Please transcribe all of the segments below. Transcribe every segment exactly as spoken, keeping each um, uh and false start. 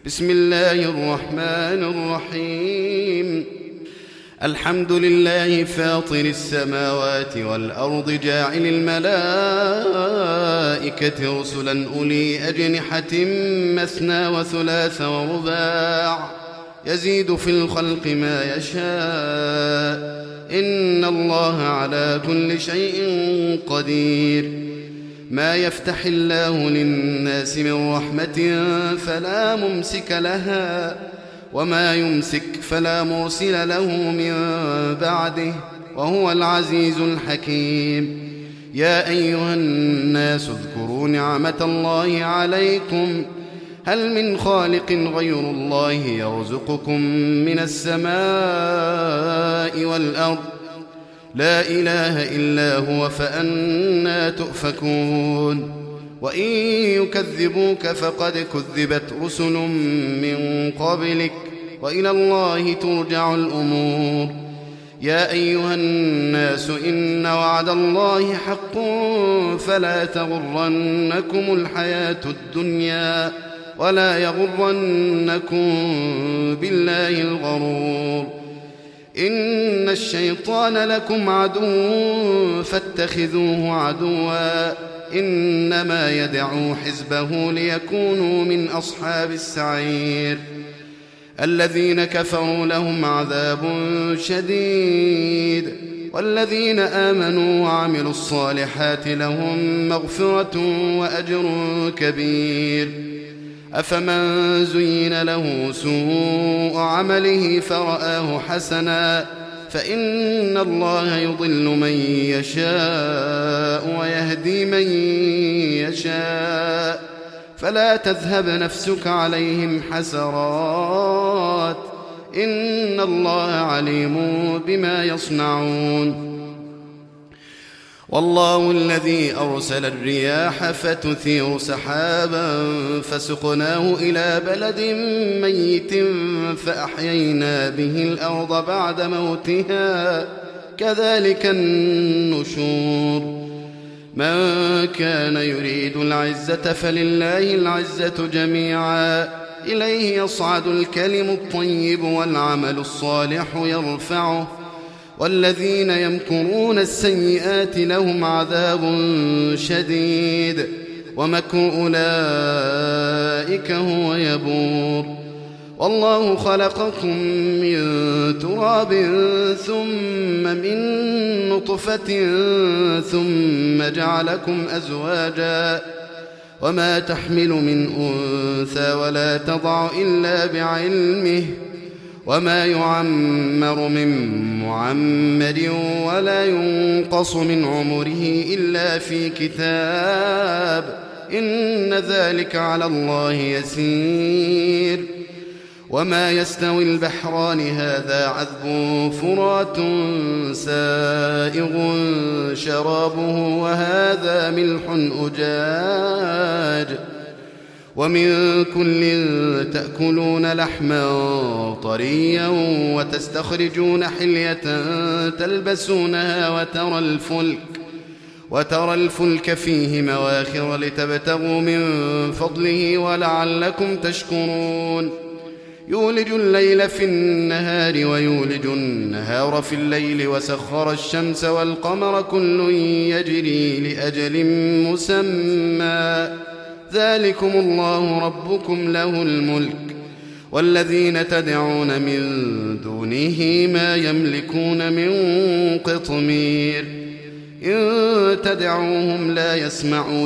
بسم الله الرحمن الرحيم. الحمد لله فاطر السماوات والأرض جاعل الملائكة رسلا أولي أجنحة مثنى وثلاث ورباع يزيد في الخلق ما يشاء إن الله على كل شيء قدير. ما يفتح الله للناس من رحمة فلا ممسك لها وما يمسك فلا مرسل له من بعده وهو العزيز الحكيم. يا أيها الناس اذكروا نعمة الله عليكم هل من خالق غير الله يرزقكم من السماء والأرض لا إله إلا هو فأنى تؤفكون. وإن يكذبوك فقد كذبت رسل من قبلك وإلى الله ترجع الأمور. يا أيها الناس إن وعد الله حق فلا تغرنكم الحياة الدنيا ولا يغرنكم بالله الغرور. إن الشيطان لكم عدو فاتخذوه عدوا إنما يدعو حزبه ليكونوا من أصحاب السعير. الذين كفروا لهم عذاب شديد والذين آمنوا وعملوا الصالحات لهم مغفرة وأجر كبير. أفمن زين له سوء عمله فرآه حسنا فإن الله يضل من يشاء ويهدي من يشاء فلا تذهب نفسك عليهم حسرات إن الله عليم بما يصنعون. والله الذي أرسل الرياح فتثير سحابا فسقناه إلى بلد ميت فأحيينا به الأرض بعد موتها كذلك النشور. من كان يريد العزة فلله العزة جميعا إليه يصعد الكلم الطيب والعمل الصالح يرفعه والذين يمكرون السيئات لهم عذاب شديد ومكر أولئك هو يبور. والله خلقكم من تراب ثم من نطفة ثم جعلكم أزواجا وما تحمل من أنثى ولا تضع إلا بعلمه وما يعمر من معمر ولا ينقص من عمره إلا في كتاب إن ذلك على الله يسير. وما يستوي البحران هذا عذب فرات سائغ شرابه وهذا ملح أجاج ومن كل تأكلون لحما طريا وتستخرجون حلية تلبسونها وترى الفلك وترى الفلك فيه مواخر لتبتغوا من فضله ولعلكم تشكرون. يولج الليل في النهار ويولج النهار في الليل وسخر الشمس والقمر كل يجري لأجل مسمى ذلكم الله ربكم له الملك والذين تدعون من دونه ما يملكون من قطمير. إن تدعوهم لا يسمعوا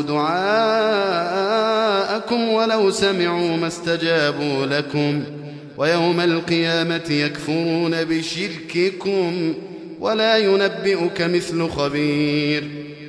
دعاءكم ولو سمعوا ما استجابوا لكم ويوم القيامة يكفرون بشرككم ولا ينبئك مثل خبير.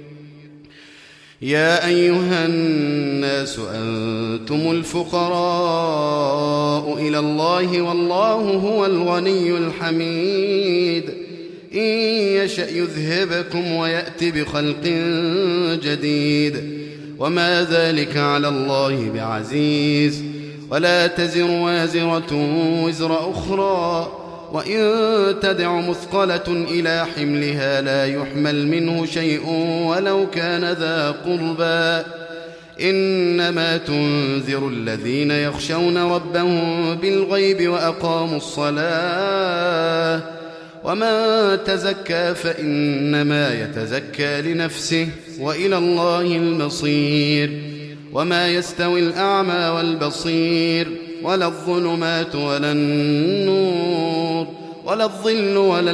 يا أيها الناس أنتم الفقراء إلى الله والله هو الغني الحميد. إن يشأ يذهبكم ويأتي بخلق جديد وما ذلك على الله بعزيز. ولا تزر وازرة وزر أخرى وإن تدع مثقلة إلى حملها لا يحمل منه شيء ولو كان ذا قربى إنما تنذر الذين يخشون ربهم بالغيب وأقاموا الصلاة ومن تزكى فإنما يتزكى لنفسه وإلى الله المصير وما يستوي الأعمى والبصير ولا الظلمات ولا النور ولا الظل ولا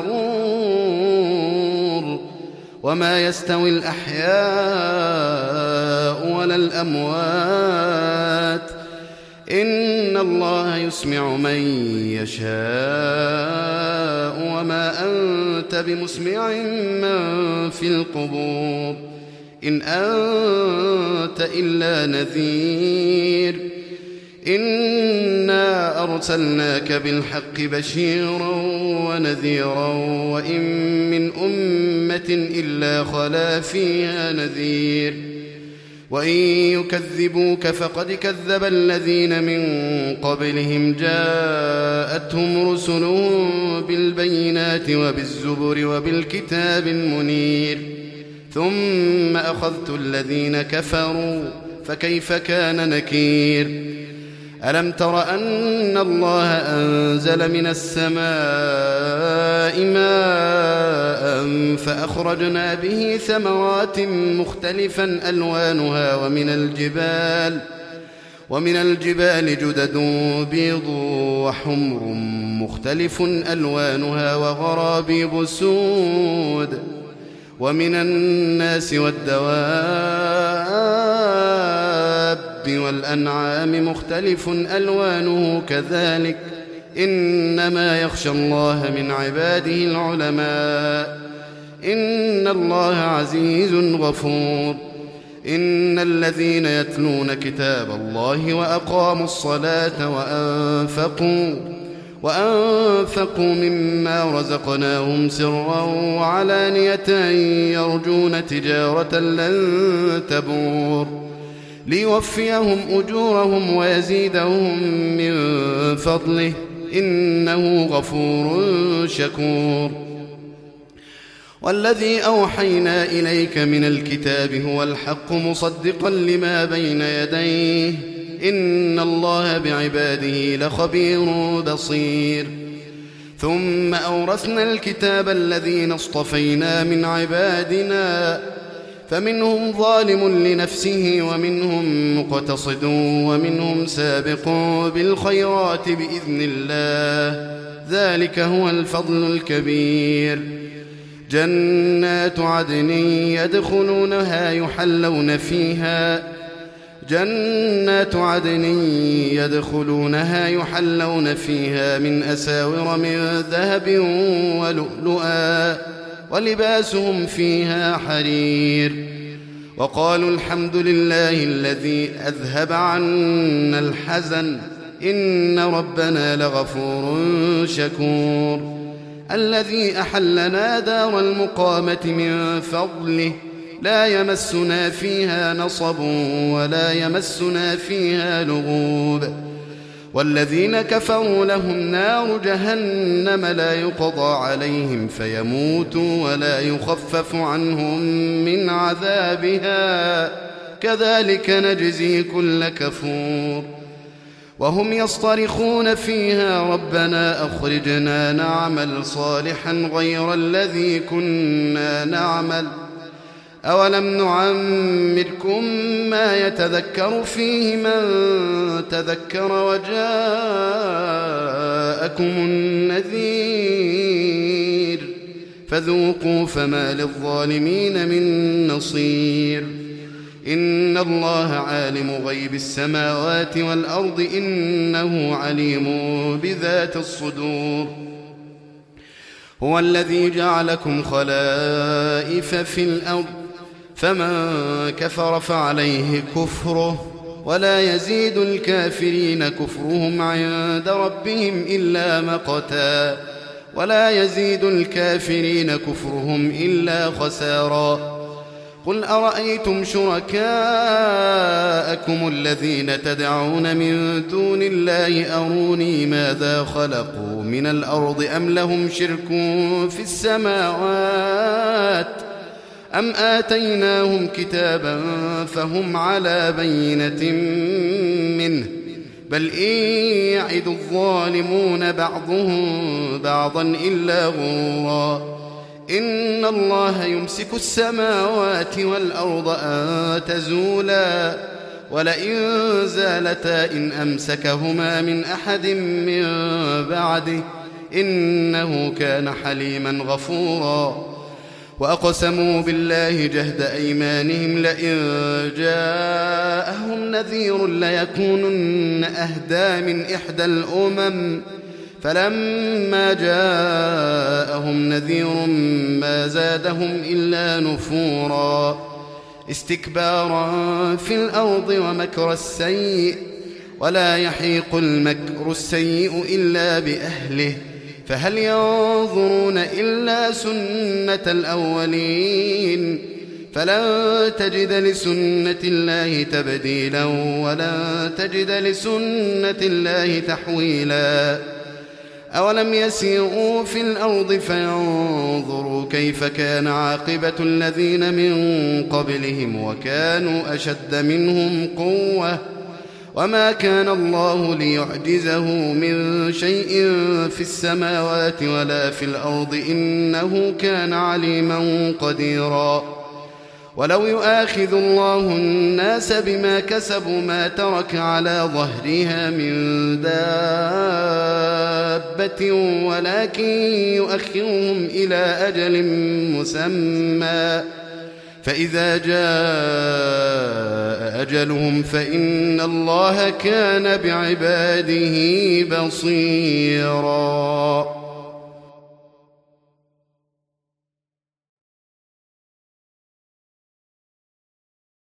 الحرور وما يستوي الأحياء ولا الأموات إن الله يسمع من يشاء وما أنت بمسمع من في القبور إن أنت إلا نذير إنا أرسلناك بالحق بشيرا ونذيرا وإن من أمة إلا خلا فيها نذير وإن يكذبوك فقد كذب الذين من قبلهم جاءتهم رسلهم بالبينات وبالزبر وبالكتاب المنير ثم أخذت الذين كفروا فكيف كان نكير ألم تر أن الله أنزل من السماء ماء فأخرجنا به ثمرات مختلفا ألوانها ومن الجبال ومن الجبال جدد بيض وحمر مختلف ألوانها وغرابيب سود ومن الناس والدواب والأنعام مختلف ألوانه كذلك إنما يخشى الله من عباده العلماء إن الله عزيز غفور إن الذين يتلون كتاب الله وأقاموا الصلاة وأنفقوا وأنفقوا مما رزقناهم سرا وعلانية يرجون تجارة لن تبور ليوفيهم أجورهم ويزيدهم من فضله إنه غفور شكور والذي أوحينا إليك من الكتاب هو الحق مصدقا لما بين يديه إن الله بعباده لخبير بصير ثم أورثنا الكتاب الذين اصطفينا من عبادنا فمنهم ظالم لنفسه ومنهم مقتصد ومنهم سابق بالخيرات بإذن الله ذلك هو الفضل الكبير جنات عدن يدخلونها يحلون فيها جنات عدن يدخلونها يحلون فيها من أساور من ذهب ولؤلؤا ولباسهم فيها حرير وقالوا الحمد لله الذي أذهب عنا الحزن إن ربنا لغفور شكور الذي أحلنا دار المقامة من فضله لا يمسنا فيها نصب ولا يمسنا فيها لغوب والذين كفروا لهم نار جهنم لا يقضى عليهم فيموتوا ولا يخفف عنهم من عذابها كذلك نجزي كل كفور وهم يصطرخون فيها ربنا أخرجنا نعمل صالحا غير الذي كنا نعمل أولم نعمركم ما يتذكر فيه من تذكر وجاءكم النذير فذوقوا فما للظالمين من نصير إن الله عالم غيب السماوات والأرض إنه عليم بذات الصدور هو الذي جعلكم خلائف في الأرض فمن كفر فعليه كفره ولا يزيد الكافرين كفرهم عند ربهم إلا مقتا ولا يزيد الكافرين كفرهم إلا خسارا قل أرأيتم شركاءكم الذين تدعون من دون الله أروني ماذا خلقوا من الأرض أم لهم شرك في السماوات أم آتيناهم كتابا فهم على بينة منه بل إن يعد الظالمون بعضهم بعضا إلا غرورا إن الله يمسك السماوات والأرض أن تزولا ولئن زالتا إن أمسكهما من أحد من بعده إنه كان حليما غفورا وأقسموا بالله جهد أيمانهم لئن جاءهم نذير ليكونن أهدى من إحدى الأمم فلما جاءهم نذير ما زادهم إلا نفورا استكبارا في الأرض ومكر السيء ولا يحيق المكر السيء إلا بأهله فهل ينظرون إلا سنة الأولين فلن تجد لسنة الله تبديلا ولن تجد لسنة الله تحويلا أولم يسيروا في الأرض فينظروا كيف كان عاقبة الذين من قبلهم وكانوا أشد منهم قوة وما كان الله ليعجزه من شيء في السماوات ولا في الأرض إنه كان عليما قديرا ولو يؤاخذ الله الناس بما كسبوا ما ترك على ظهرها من دابة ولكن يؤخرهم إلى أجل مسمى فإذا جاء أجلهم فإن الله كان بعباده بصيراً.